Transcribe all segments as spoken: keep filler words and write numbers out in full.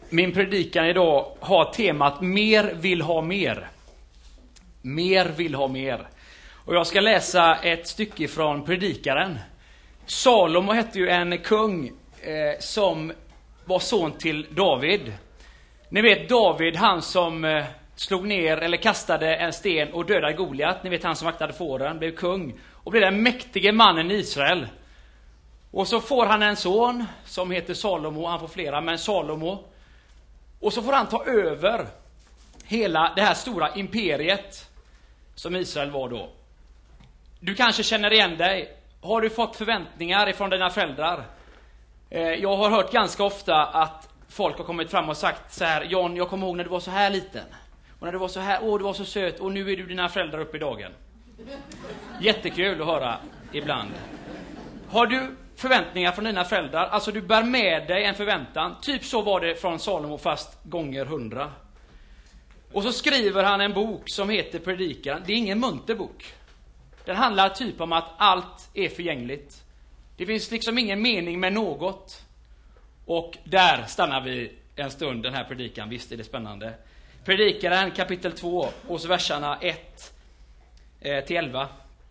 Min predikan idag har temat mer vill ha mer. Mer vill ha mer. Och jag ska läsa ett stycke från predikaren. Salomo hette ju en kung eh, som var son till David. Ni vet David, han som eh, slog ner eller kastade en sten och dödade Goliat. Ni vet han som vaktade fåren, blev kung och blev den mäktige mannen i Israel. Och så får han en son som heter Salomo, han får flera, men Salomo. Och så får han ta över hela det här stora imperiet som Israel var då. Du kanske känner igen dig. Har du fått förväntningar ifrån dina föräldrar? Eh, jag har hört ganska ofta att folk har kommit fram och sagt så här: John, jag kommer ihåg när du var så här liten. Och när du var så här, åh du var så söt, och nu är du dina föräldrar uppe i dagen. Jättekul att höra ibland. Har du förväntningar från dina föräldrar? Alltså du bär med dig en förväntan. Typ så var det från Salomo, fast gånger hundra. Och så skriver han en bok som heter Predikaren. Det är ingen munter bok. Den handlar typ om att allt är förgängligt. Det finns liksom ingen mening med något. Och där stannar vi en stund, den här predikan. Visst är det spännande. Predikaren kapitel två, och så verserna ett till elva.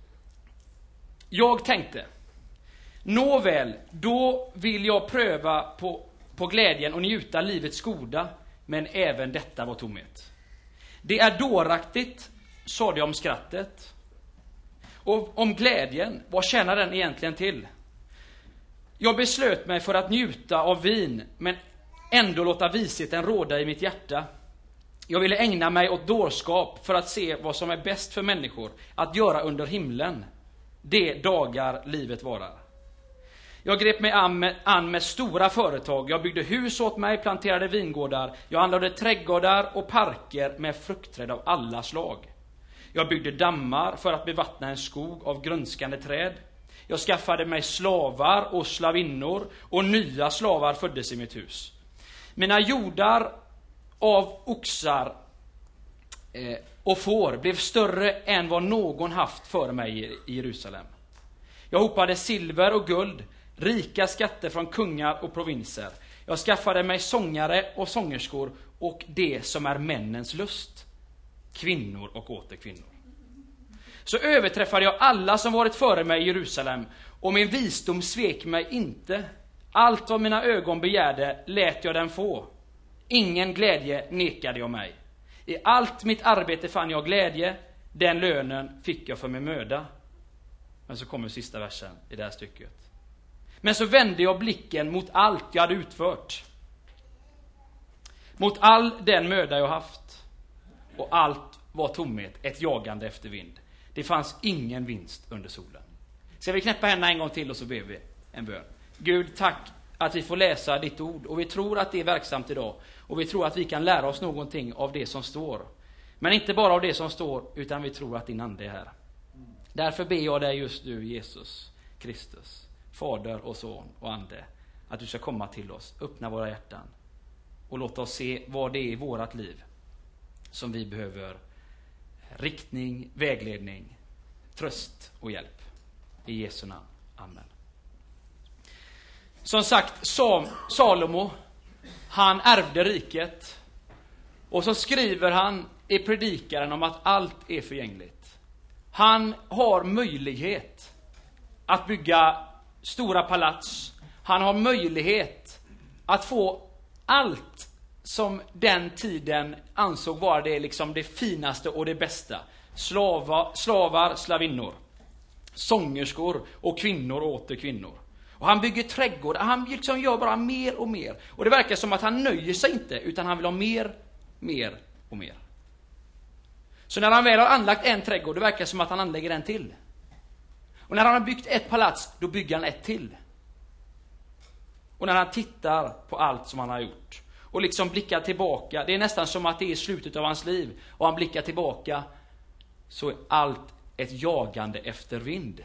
Jag tänkte: nåväl, då vill jag pröva på, på glädjen och njuta livets goda, men även detta var tomhet. Det är dåraktigt, sa det om skrattet. Och om glädjen, vad tjänar den egentligen till? Jag beslöt mig för att njuta av vin, men ändå låta visheten råda i mitt hjärta. Jag ville ägna mig åt dårskap för att se vad som är bäst för människor att göra under himlen, de dagar livet varar. Jag grep mig an med, an med stora företag. Jag byggde hus åt mig, planterade vingårdar. Jag anlade trädgårdar och parker med fruktträd av alla slag. Jag byggde dammar för att bevattna en skog av grönskande träd. Jag skaffade mig slavar och slavinnor, och nya slavar föddes i mitt hus. Mina jordar av oxar eh, och får blev större än vad någon haft före mig i Jerusalem. Jag hopade silver och guld, rika skatter från kungar och provinser. Jag skaffade mig sångare och sångerskor och det som är männens lust, kvinnor och åter kvinnor. Så överträffade jag alla som varit före mig i Jerusalem, och min visdom svek mig inte. Allt vad mina ögon begärde lät jag den få. Ingen glädje nekade jag mig. I allt mitt arbete fann jag glädje, den lönen fick jag för min möda. Men så kommer sista versen i det här stycket. Men så vände jag blicken mot allt jag hade utfört, mot all den möda jag haft, och allt var tomhet, ett jagande efter vind. Det fanns ingen vinst under solen. Så vi knäppa händerna en gång till och så ber vi en bön. Gud, tack att vi får läsa ditt ord, och vi tror att det är verksamt idag, och vi tror att vi kan lära oss någonting av det som står. Men inte bara av det som står, utan vi tror att din ande är här. Därför ber jag dig just nu, Jesus Kristus, Fader och Son och Ande, att du ska komma till oss, öppna våra hjärtan och låta oss se vad det är i vårat liv som vi behöver riktning, vägledning, tröst och hjälp. I Jesu namn. Amen. Som sagt, Sam, Salomo, han ärvde riket, och så skriver han i predikaren om att allt är förgängligt. Han har möjlighet att bygga stora palats. Han har möjlighet att få allt som den tiden ansåg vara det, liksom det finaste och det bästa. Slava, slavar, slavinnor, sångerskor och kvinnor och åter kvinnor. Och han bygger trädgård. Han liksom gör bara mer och mer. Och det verkar som att han nöjer sig inte, utan han vill ha mer, mer och mer. Så när han väl har anlagt en trädgård, det verkar som att han anlägger en till. Och när han har byggt ett palats, då bygger han ett till. Och när han tittar på allt som han har gjort och liksom blickar tillbaka, det är nästan som att det är slutet av hans liv, och han blickar tillbaka, så är allt ett jagande efter vind.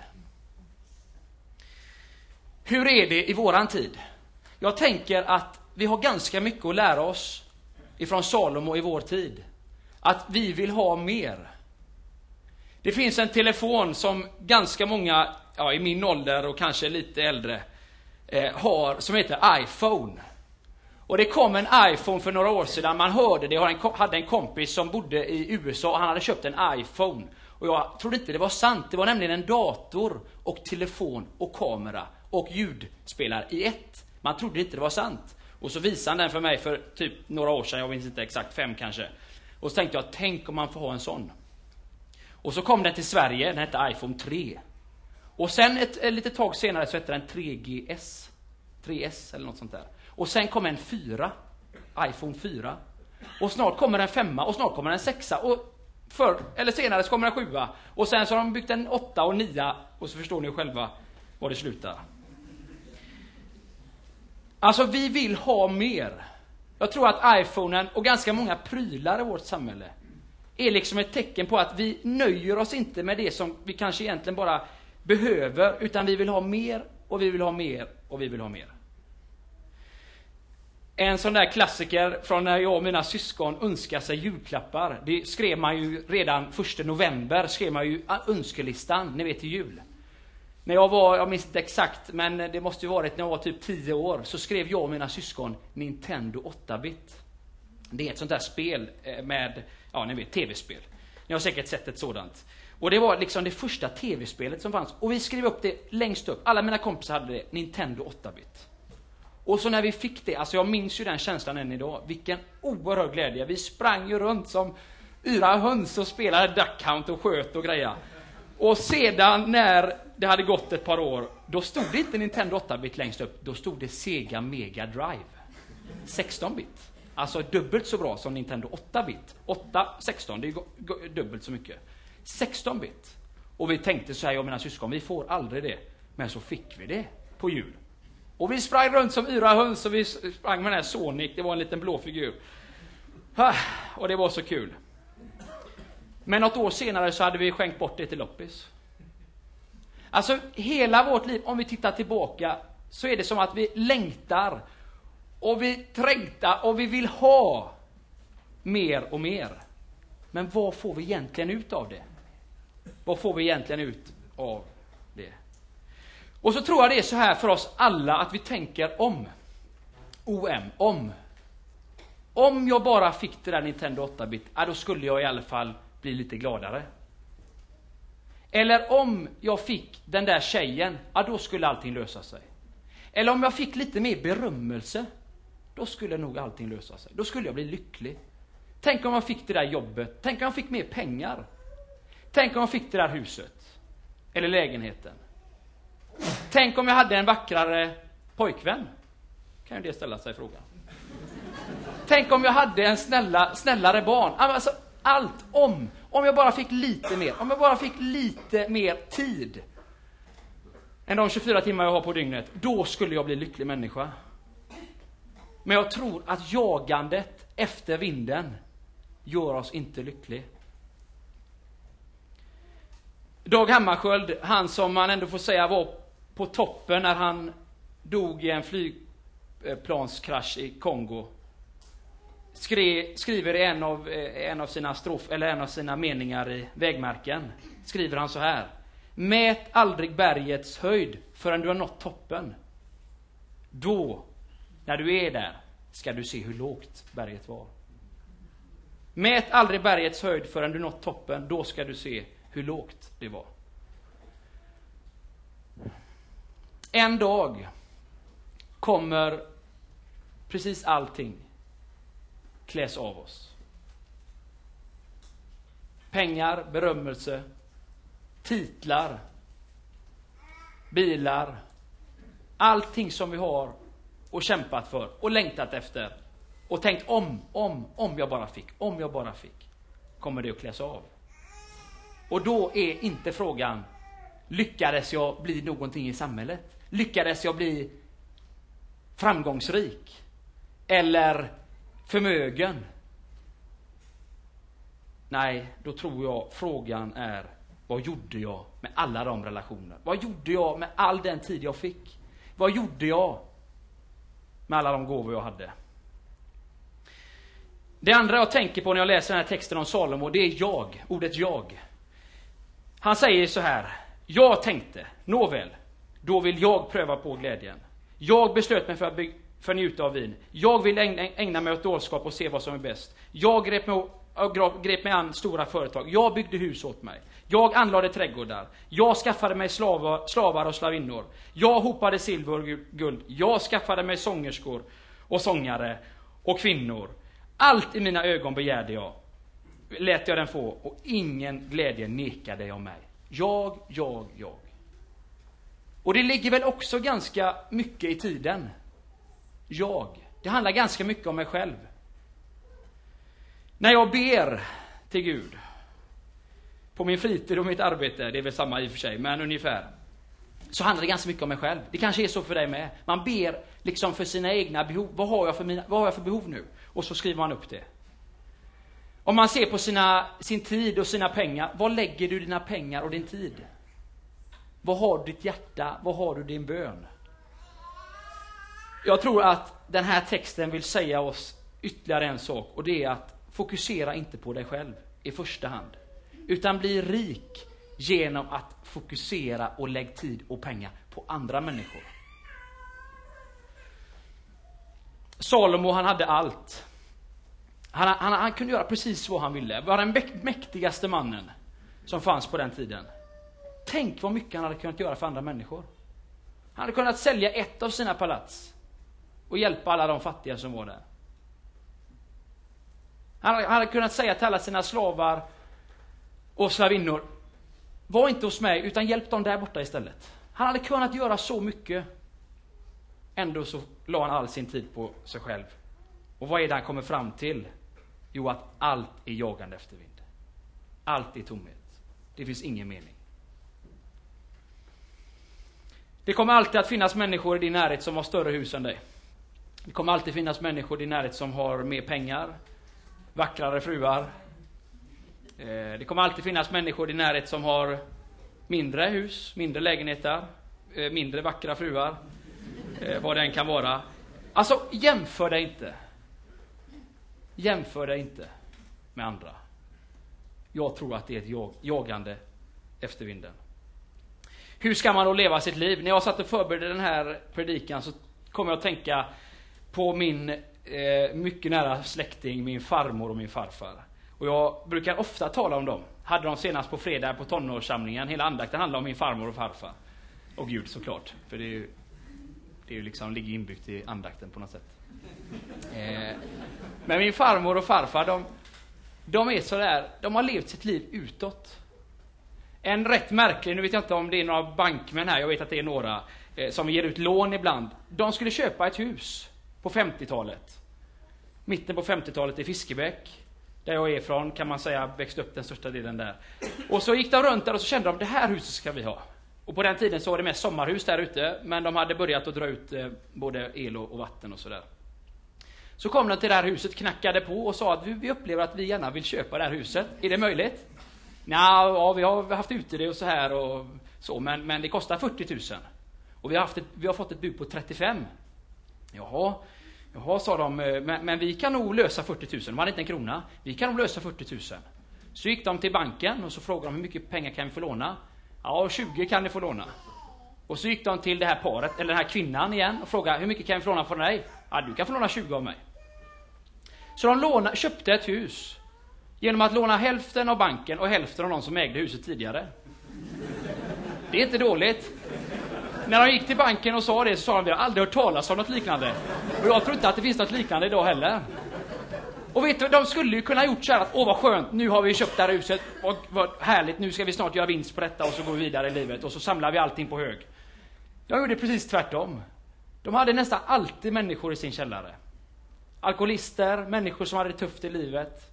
Hur är det i våran tid? Jag tänker att vi har ganska mycket att lära oss ifrån Salomo i vår tid. Att vi vill ha mer. Det finns en telefon som ganska många, ja, i min ålder och kanske lite äldre, eh, har, som heter iPhone. Och det kom en iPhone för några år sedan. Man hörde det. Jag hade en kompis som bodde i U S A. Han hade köpt en iPhone. Och jag trodde inte det var sant. Det var nämligen en dator och telefon och kamera och ljudspelare i ett. Man trodde inte det var sant. Och så visade han den för mig för typ några år sedan. Jag minns inte exakt, fem kanske. Och så tänkte jag, tänk om man får ha en sån. Och så kom den till Sverige. Den hette iPhone tre. Och sen ett, ett litet tag senare så hette den tre G S. tre S eller något sånt där. Och sen kom en fyra. iPhone fyra. Och snart kommer en femma. Och snart kommer en sexa. Och förr eller senare så kommer en sjua. Och sen så har de byggt en åtta och nia. Och så förstår ni själva var det slutar. Alltså vi vill ha mer. Jag tror att iPhonen och ganska många prylar i vårt samhälle är liksom ett tecken på att vi nöjer oss inte med det som vi kanske egentligen bara behöver, utan vi vill ha mer och vi vill ha mer och vi vill ha mer. En sån där klassiker från när jag och mina syskon önskar sig julklappar. Det skrev man ju redan första november, skrev man ju önskelistan, ni vet, till jul. När jag var, jag minns inte exakt, men det måste ju varit när jag var typ tio år, så skrev jag och mina syskon Nintendo åtta-bit. Det är ett sånt där spel med, ja ni vet, tv-spel. Ni har säkert sett ett sådant. Och det var liksom det första tv-spelet som fanns. Och vi skrev upp det längst upp. Alla mina kompisar hade det, Nintendo åtta-bit. Och så när vi fick det, alltså jag minns ju den känslan än idag. Vilken oerhörd glädje. Vi sprang ju runt som yra höns och spelade Duck Hunt och sköt och grejer. Och sedan när det hade gått ett par år, då stod det inte Nintendo åtta-bit längst upp. Då stod det Sega Mega Drive. sexton-bit. Alltså dubbelt så bra som Nintendo åtta-bit. åtta, sexton, det är dubbelt så mycket. sexton-bit. Och vi tänkte så här, jag och mina syskon, vi får aldrig det. Men så fick vi det på jul. Och vi sprang runt som yra höns och vi sprang med den här Sonic. Det var en liten blå figur. Och det var så kul. Men något år senare så hade vi skänkt bort det till loppis. Alltså hela vårt liv, om vi tittar tillbaka, så är det som att vi längtar och vi trängtar och vi vill ha mer och mer. Men vad får vi egentligen ut av det? Vad får vi egentligen ut av det? Och så tror jag det är så här för oss alla att vi tänker om. O M, om. Om jag bara fick det där Nintendo åtta-bit, ja, då skulle jag i alla fall bli lite gladare. Eller om jag fick den där tjejen, ja, då skulle allting lösa sig. Eller om jag fick lite mer berömmelse, då skulle nog allting lösa sig. Då skulle jag bli lycklig. Tänk om jag fick det där jobbet. Tänk om jag fick mer pengar. Tänk om jag fick det där huset. Eller lägenheten. Tänk om jag hade en vackrare pojkvän. Kan ju det ställa sig frågan. Tänk om jag hade en snälla, snällare barn. Alltså, allt om. Om jag bara fick lite mer. Om jag bara fick lite mer tid än de tjugofyra timmar jag har på dygnet. Då skulle jag bli lycklig människa. Men jag tror att jagandet efter vinden gör oss inte lycklig. Dag Hammarskjöld, han som man ändå får säga var på toppen när han dog i en flygplanskrasch i Kongo, skri, skriver i en av, en av sina strof, eller en av sina meningar i Vägmärken, skriver han så här: mät aldrig bergets höjd förrän du har nått toppen. Då, när du är där, ska du se hur lågt berget var. Mät aldrig bergets höjd förrän du nått toppen. Då ska du se hur lågt det var. En dag kommer precis allting kläs av oss. Pengar, berömmelse, titlar, bilar, allting som vi har och kämpat för och längtat efter och tänkt om, om, om jag bara fick, om jag bara fick, kommer det att kläs av. Och då är inte frågan, lyckades jag bli någonting i samhället? Lyckades jag bli framgångsrik? Eller förmögen? Nej, då tror jag frågan är, vad gjorde jag med alla de relationer? Vad gjorde jag med all den tid jag fick? Vad gjorde jag med alla de gåvor jag hade? Det andra jag tänker på när jag läser den här texten om Salomo, det är jag, ordet jag. Han säger så här: jag tänkte, nåväl, då vill jag pröva på glädjen. Jag beslöt mig för att, by- för att njuta av vin. Jag vill ägna, ägna mig åt dårskap och se vad som är bäst. Jag grep mig, jag grep mig an stora företag. Jag byggde hus åt mig. Jag anlade trädgårdar. Jag skaffade mig slavar, slavar och slavinnor. Jag hopade silver och guld. Jag skaffade mig sångerskor och sångare och kvinnor. Allt i mina ögon begärde jag. Lät jag den få, och ingen glädje nekade jag mig. Jag, jag, jag. Och det ligger väl också ganska mycket i tiden. Jag. Det handlar ganska mycket om mig själv. När jag ber till Gud på min fritid och mitt arbete, det är väl samma i och för sig, men ungefär, så handlar det ganska mycket om mig själv. Det kanske är så för dig med. Man ber liksom för sina egna behov. Vad har jag för, mina, vad har jag för behov nu? Och så skriver man upp det. Om man ser på sina, sin tid och sina pengar, vad lägger du dina pengar och din tid? Vad har du ditt hjärta? Vad har du din bön? Jag tror att den här texten vill säga oss ytterligare en sak, och det är att fokusera inte på dig själv i första hand, utan bli rik genom att fokusera och lägga tid och pengar på andra människor. Salomo, han hade allt. Han, han, han kunde göra precis vad han ville. Var den mäktigaste mannen som fanns på den tiden. Tänk vad mycket han hade kunnat göra för andra människor. Han hade kunnat sälja ett av sina palats och hjälpa alla de fattiga som var där. Han hade, han hade kunnat säga till alla sina slavar och slavinnor: var inte hos mig, utan hjälp dem där borta istället. Han hade kunnat göra så mycket. Ändå så la han all sin tid på sig själv. Och vad är det han kommer fram till? Jo, att allt är jagande efter vind. Allt är tomhet. Det finns ingen mening. Det kommer alltid att finnas människor i din närhet som har större hus än dig. Det kommer alltid finnas människor i din närhet som har mer pengar, vackrare fruar. Det kommer alltid finnas människor i din närhet som har mindre hus, mindre lägenheter, mindre vackra fruar, vad den kan vara. Alltså, jämför dig inte. Jämför dig inte med andra. Jag tror att det är ett jag, jagande efter vinden. Hur ska man då leva sitt liv? När jag satt och förberedde den här predikan så kom jag att tänka på min eh, mycket nära släkting, min farmor och min farfar. Och jag brukar ofta tala om dem. Hade de senast på fredag på tonårssamlingen. Hela andakten handlar om min farmor och farfar. Och Gud såklart. För det är ju, det är ju liksom, ligger inbyggt i andakten på något sätt. Eh, men min farmor och farfar, de, de är så där, de har levt sitt liv utåt. En rätt märklig, nu vet jag inte om det är några bankmän här, jag vet att det är några eh, som ger ut lån ibland. De skulle köpa ett hus på femtiotalet. Mitten på femtiotalet i Fiskebäck, där jag är ifrån, kan man säga, växte upp den största delen där. Och så gick de runt där och så kände de, det här huset ska vi ha. Och på den tiden så var det mest sommarhus där ute, men de hade börjat att dra ut eh, både el och, och vatten och sådär. Så kom de till det här huset, knackade på och sa att vi, vi upplever att vi gärna vill köpa det här huset. Är det möjligt? Nja, ja, vi har haft ute det och så här och så, men, men det kostar fyrtio tusen. Och vi har, haft ett, vi har fått ett bud på trettiofem. Jaha, jaha sa de, men, men vi kan nog lösa fyrtio tusen. De hade inte en krona. Vi kan nog lösa fyrtio tusen. Så gick de till banken och så frågade de hur mycket pengar kan vi få låna. Ja, tjugo kan ni få låna. Och så gick de till det här paret, eller den här kvinnan igen, och frågade hur mycket kan vi få låna från dig? Ja, du kan få låna tjugo av mig. Så de låna, köpte ett hus genom att låna hälften av banken och hälften av någon som ägde huset tidigare. Det är inte dåligt. När de gick till banken och sa det så sa de, vi har aldrig hört talas om något liknande. Och jag tror inte att det finns något liknande idag heller. Och vet du, de skulle ju kunna ha gjort så här att, åh vad skönt, nu har vi köpt det här huset, vad, vad härligt, nu ska vi snart göra vinst på detta och så går vi vidare i livet och så samlar vi allting på hög. De gjorde precis tvärtom. De hade nästan alltid människor i sin källare. Alkoholister, människor som hade det tufft i livet.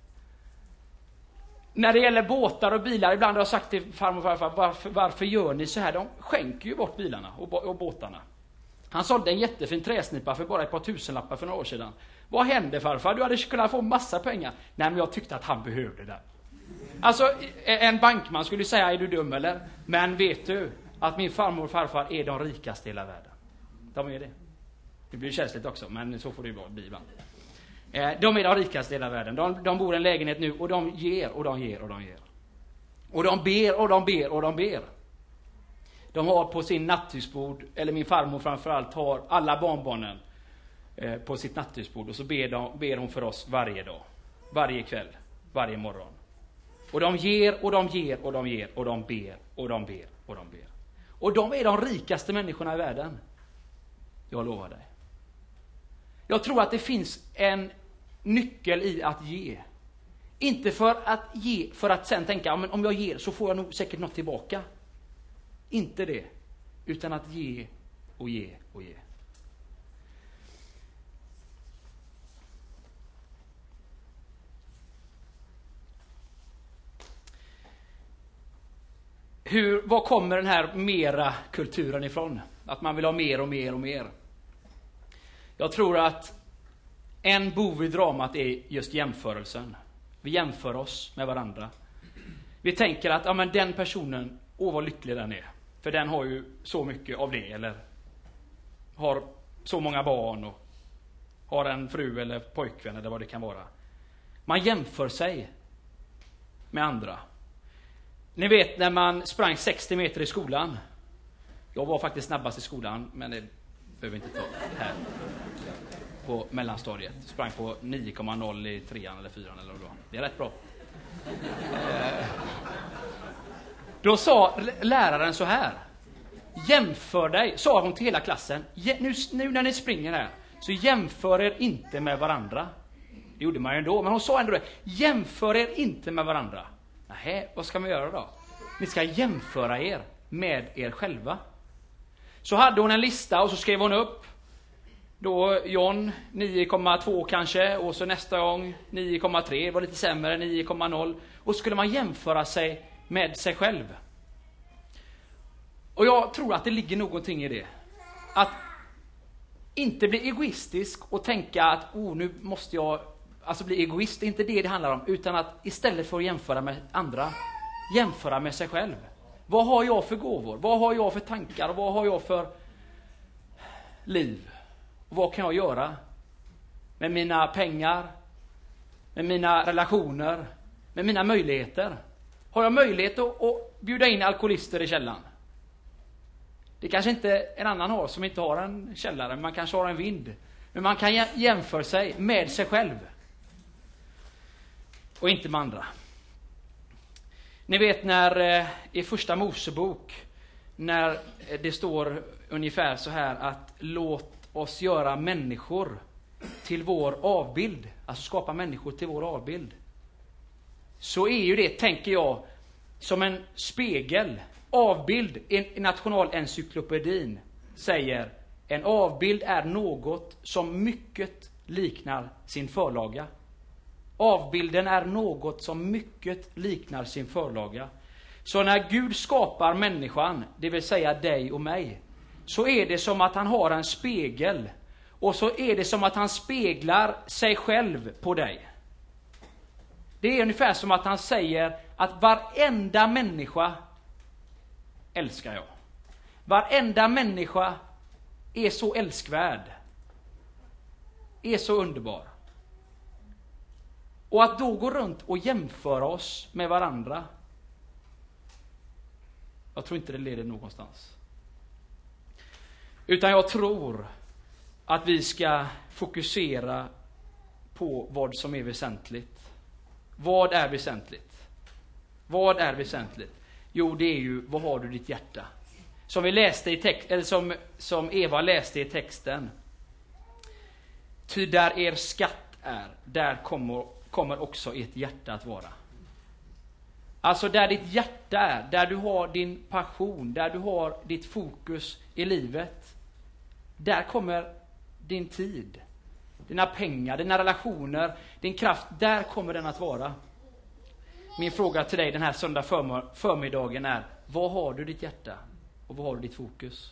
När det gäller båtar och bilar, ibland har jag sagt till farmor och farfar, varför, varför gör ni så här? De skänker ju bort bilarna och, och båtarna. Han sålde en jättefin träsnipa för bara ett par tusenlappar för några år sedan. Vad hände farfar? Du hade kunnat få massa pengar. Nej, men jag tyckte att han behövde det. Alltså, en bankman skulle säga, är du dum eller? Men vet du att min farmor och farfar är de rikaste i hela världen? De är det. Det blir känsligt också, men så får det ju vara, bli ibland. De är de rikaste i hela världen. De, de bor i en lägenhet nu och de ger och de ger och de ger. Och de ber och de ber och de ber. De har på sin natthusbord, eller min farmor framförallt, har alla barnbarnen eh, på sitt nattduksbord och så ber, de, ber hon för oss varje dag, varje kväll, varje morgon. Och de ger och de ger och de ger och de ber och de ber och de ber. Och de är de rikaste människorna i världen. Jag lovar dig. Jag tror att det finns en nyckel i att ge. Inte för att ge, för att sen tänka, ja, men om jag ger så får jag nog säkert något tillbaka. Inte det, utan att ge och ge och ge. Hur, var kommer den här mera kulturen ifrån? Att man vill ha mer och mer och mer. Jag tror att en bov i dramat är just jämförelsen. Vi jämför oss med varandra. Vi tänker att ja, men den personen, åh vad lycklig den är. För den har ju så mycket av det, eller har så många barn och har en fru eller pojkvän eller vad det kan vara. Man jämför sig med andra. Ni vet när man sprang sextio meter i skolan. Jag var faktiskt snabbast i skolan, men det behöver vi inte ta här. På mellanstadiet. Sprang på nio komma noll i trean eller fyran eller vad det var. Det är rätt bra. Eh, då sa läraren så här. Jämför dig, sa hon till hela klassen. Nu, nu när ni springer här, så jämför er inte med varandra. Det gjorde man ju ändå, men hon sa ändå det. Jämför er inte med varandra. Nej, vad ska man göra då? Ni ska jämföra er med er själva. Så hade hon en lista och så skrev hon upp. Då John nio komma två kanske, och så nästa gång nio komma tre, var lite sämre, nio komma noll. Och så skulle man jämföra sig med sig själv. Och jag tror att det ligger någonting i det. Att inte bli egoistisk och tänka att oh, nu måste jag alltså bli egoist. Det är inte det det handlar om, utan att istället för att jämföra med andra, jämföra med sig själv. Vad har jag för gåvor? Vad har jag för tankar? Vad har jag för liv? Och vad kan jag göra med mina pengar, med mina relationer, med mina möjligheter? Har jag möjlighet att, att bjuda in alkoholister i källaren? Det kanske inte en annan har som inte har en källare. Man kanske har en vind. Men man kan jämföra sig med sig själv. Och inte med andra. Ni vet när i första Mosebok, när det står ungefär så här att låt oss göra människor till vår avbild. Alltså skapa människor till vår avbild. Så är ju det, tänker jag, som en spegel. Avbild, i nationalencyklopedin säger, en avbild är något som mycket liknar sin förlaga. Avbilden är något som mycket liknar sin förlaga. Så när Gud skapar människan, det vill säga dig och mig, så är det som att han har en spegel. Och så är det som att han speglar sig själv på dig. Det är ungefär som att han säger att varenda människa älskar jag. Varenda människa är så älskvärd. Är så underbar. Och att då gå runt och jämföra oss med varandra, jag tror inte det leder någonstans. Utan jag tror att vi ska fokusera på vad som är väsentligt. Vad är väsentligt? Vad är väsentligt? Jo, det är ju, vad har du i ditt hjärta? Som vi läste i text, eller som, som Eva läste i texten. Ty där er skatt är, där kommer, kommer också ert hjärta att vara. Alltså där ditt hjärta är, där du har din passion, där du har ditt fokus i livet. Där kommer din tid, dina pengar, dina relationer, din kraft, där kommer den att vara. Min fråga till dig den här söndag förmiddagen är, vad har du ditt hjärta och vad har du ditt fokus?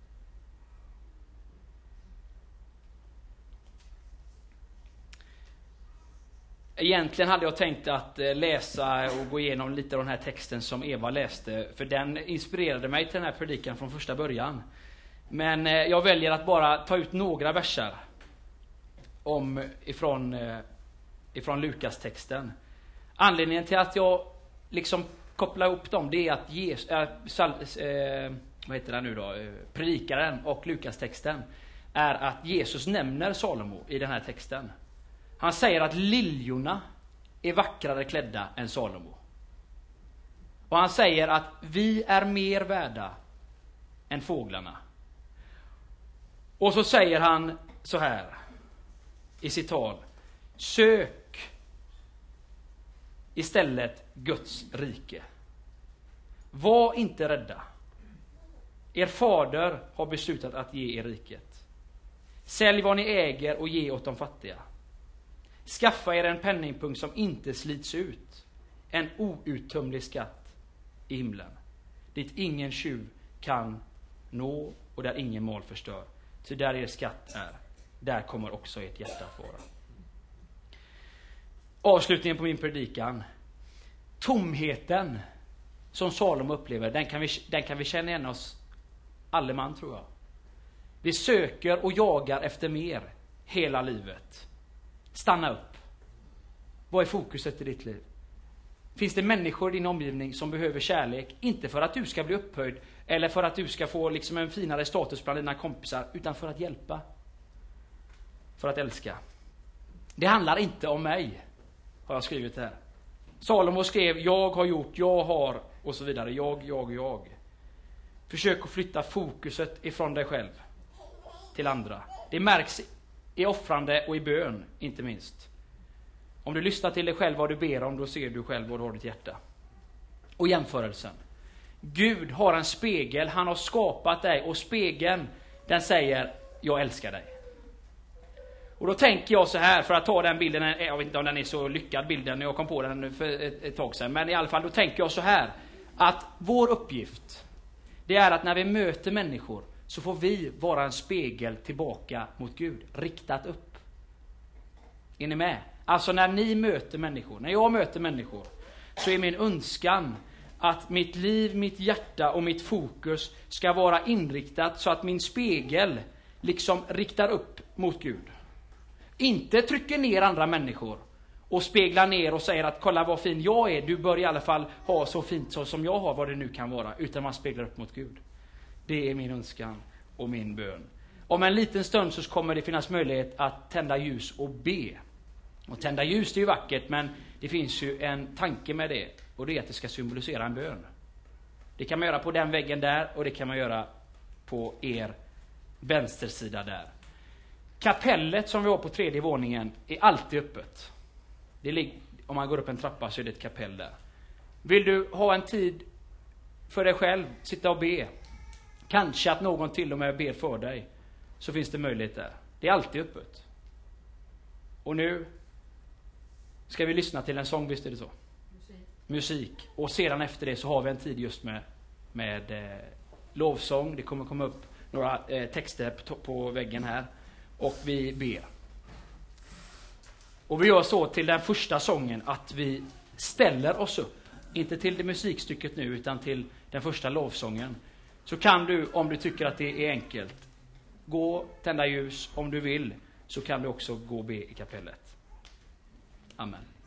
Egentligen hade jag tänkt att läsa och gå igenom lite av den här texten som Eva läste, för den inspirerade mig till den här predikan från första början. Men jag väljer att bara ta ut några verser om ifrån, ifrån Lukas-texten. Anledningen till att jag liksom kopplar ihop dem, det är att Jesus, äh, sal, äh, vad heter det nu då, predikaren och Lukas-texten, är att Jesus nämner Salomo i den här texten. Han säger att liljorna är vackrare klädda än Salomo. Och han säger att vi är mer värda än fåglarna. Och så säger han så här i sitt tal: sök istället Guds rike. Var inte rädda. Er fader har beslutat att ge er riket. Sälj vad ni äger och ge åt de fattiga. Skaffa er en penningpung som inte slits ut. En outtömlig skatt i himlen, dit ingen tjuv kan nå och där ingen mal förstör. Så där er skatt är, där kommer också ert hjärta att vara. Avslutningen på min predikan. Tomheten som Salomo upplever, den kan vi, den kan vi känna igen oss alleman, tror jag. Vi söker och jagar efter mer hela livet. Stanna upp. Vad är fokuset i ditt liv? Finns det människor i din omgivning som behöver kärlek? Inte för att du ska bli upphöjd eller för att du ska få liksom en finare status bland dina kompisar, utan för att hjälpa. För att älska. Det handlar inte om mig, har jag skrivit här. Salomo skrev: jag har gjort, jag har, och så vidare. Jag, jag, jag. Försök att flytta fokuset ifrån dig själv till andra. Det märks i offrande och i bön, inte minst. Om du lyssnar till dig själv vad du ber om, då ser du själv vad du har i ditt hjärta. Och jämförelsen. Gud har en spegel, han har skapat dig, och spegeln, den säger: jag älskar dig. Och då tänker jag så här, för att ta den bilden, jag vet inte om den är så lyckad bilden när jag kom på den för ett, ett tag sedan, men i alla fall, då tänker jag så här, att vår uppgift, det är att när vi möter människor så får vi vara en spegel tillbaka mot Gud, riktat upp. Är ni med? Alltså när ni möter människor, när jag möter människor, så är min önskan att mitt liv, mitt hjärta och mitt fokus ska vara inriktat så att min spegel liksom riktar upp mot Gud. Inte trycker ner andra människor och speglar ner och säger att kolla vad fin jag är, du bör i alla fall ha så fint så som jag har, vad det nu kan vara, utan man speglar upp mot Gud. Det är min önskan och min bön. Om en liten stund så kommer det finnas möjlighet att tända ljus och be. Och tända ljus, det är ju vackert, men det finns ju en tanke med det, och det är att det ska symbolisera en bön. Det kan man göra på den väggen där, och det kan man göra på er vänstersida där. Kapellet som vi har på tredje våningen är alltid öppet. Det ligger, om man går upp en trappa så är det ett kapell där. Vill du ha en tid för dig själv, sitta och be, kanske att någon till och med ber för dig, så finns det möjlighet där. Det är alltid öppet. Och nu ska vi lyssna till en sång, visst är det så? Musik. Musik. Och sedan efter det så har vi en tid just med, med eh, lovsång. Det kommer komma upp några eh, texter på, på väggen här. Och vi ber. Och vi gör så till den första sången att vi ställer oss upp. Inte till det musikstycket nu, utan till den första lovsången. Så kan du, om du tycker att det är enkelt, gå, tända ljus. Om du vill så kan du också gå och be i kapellet. Amen.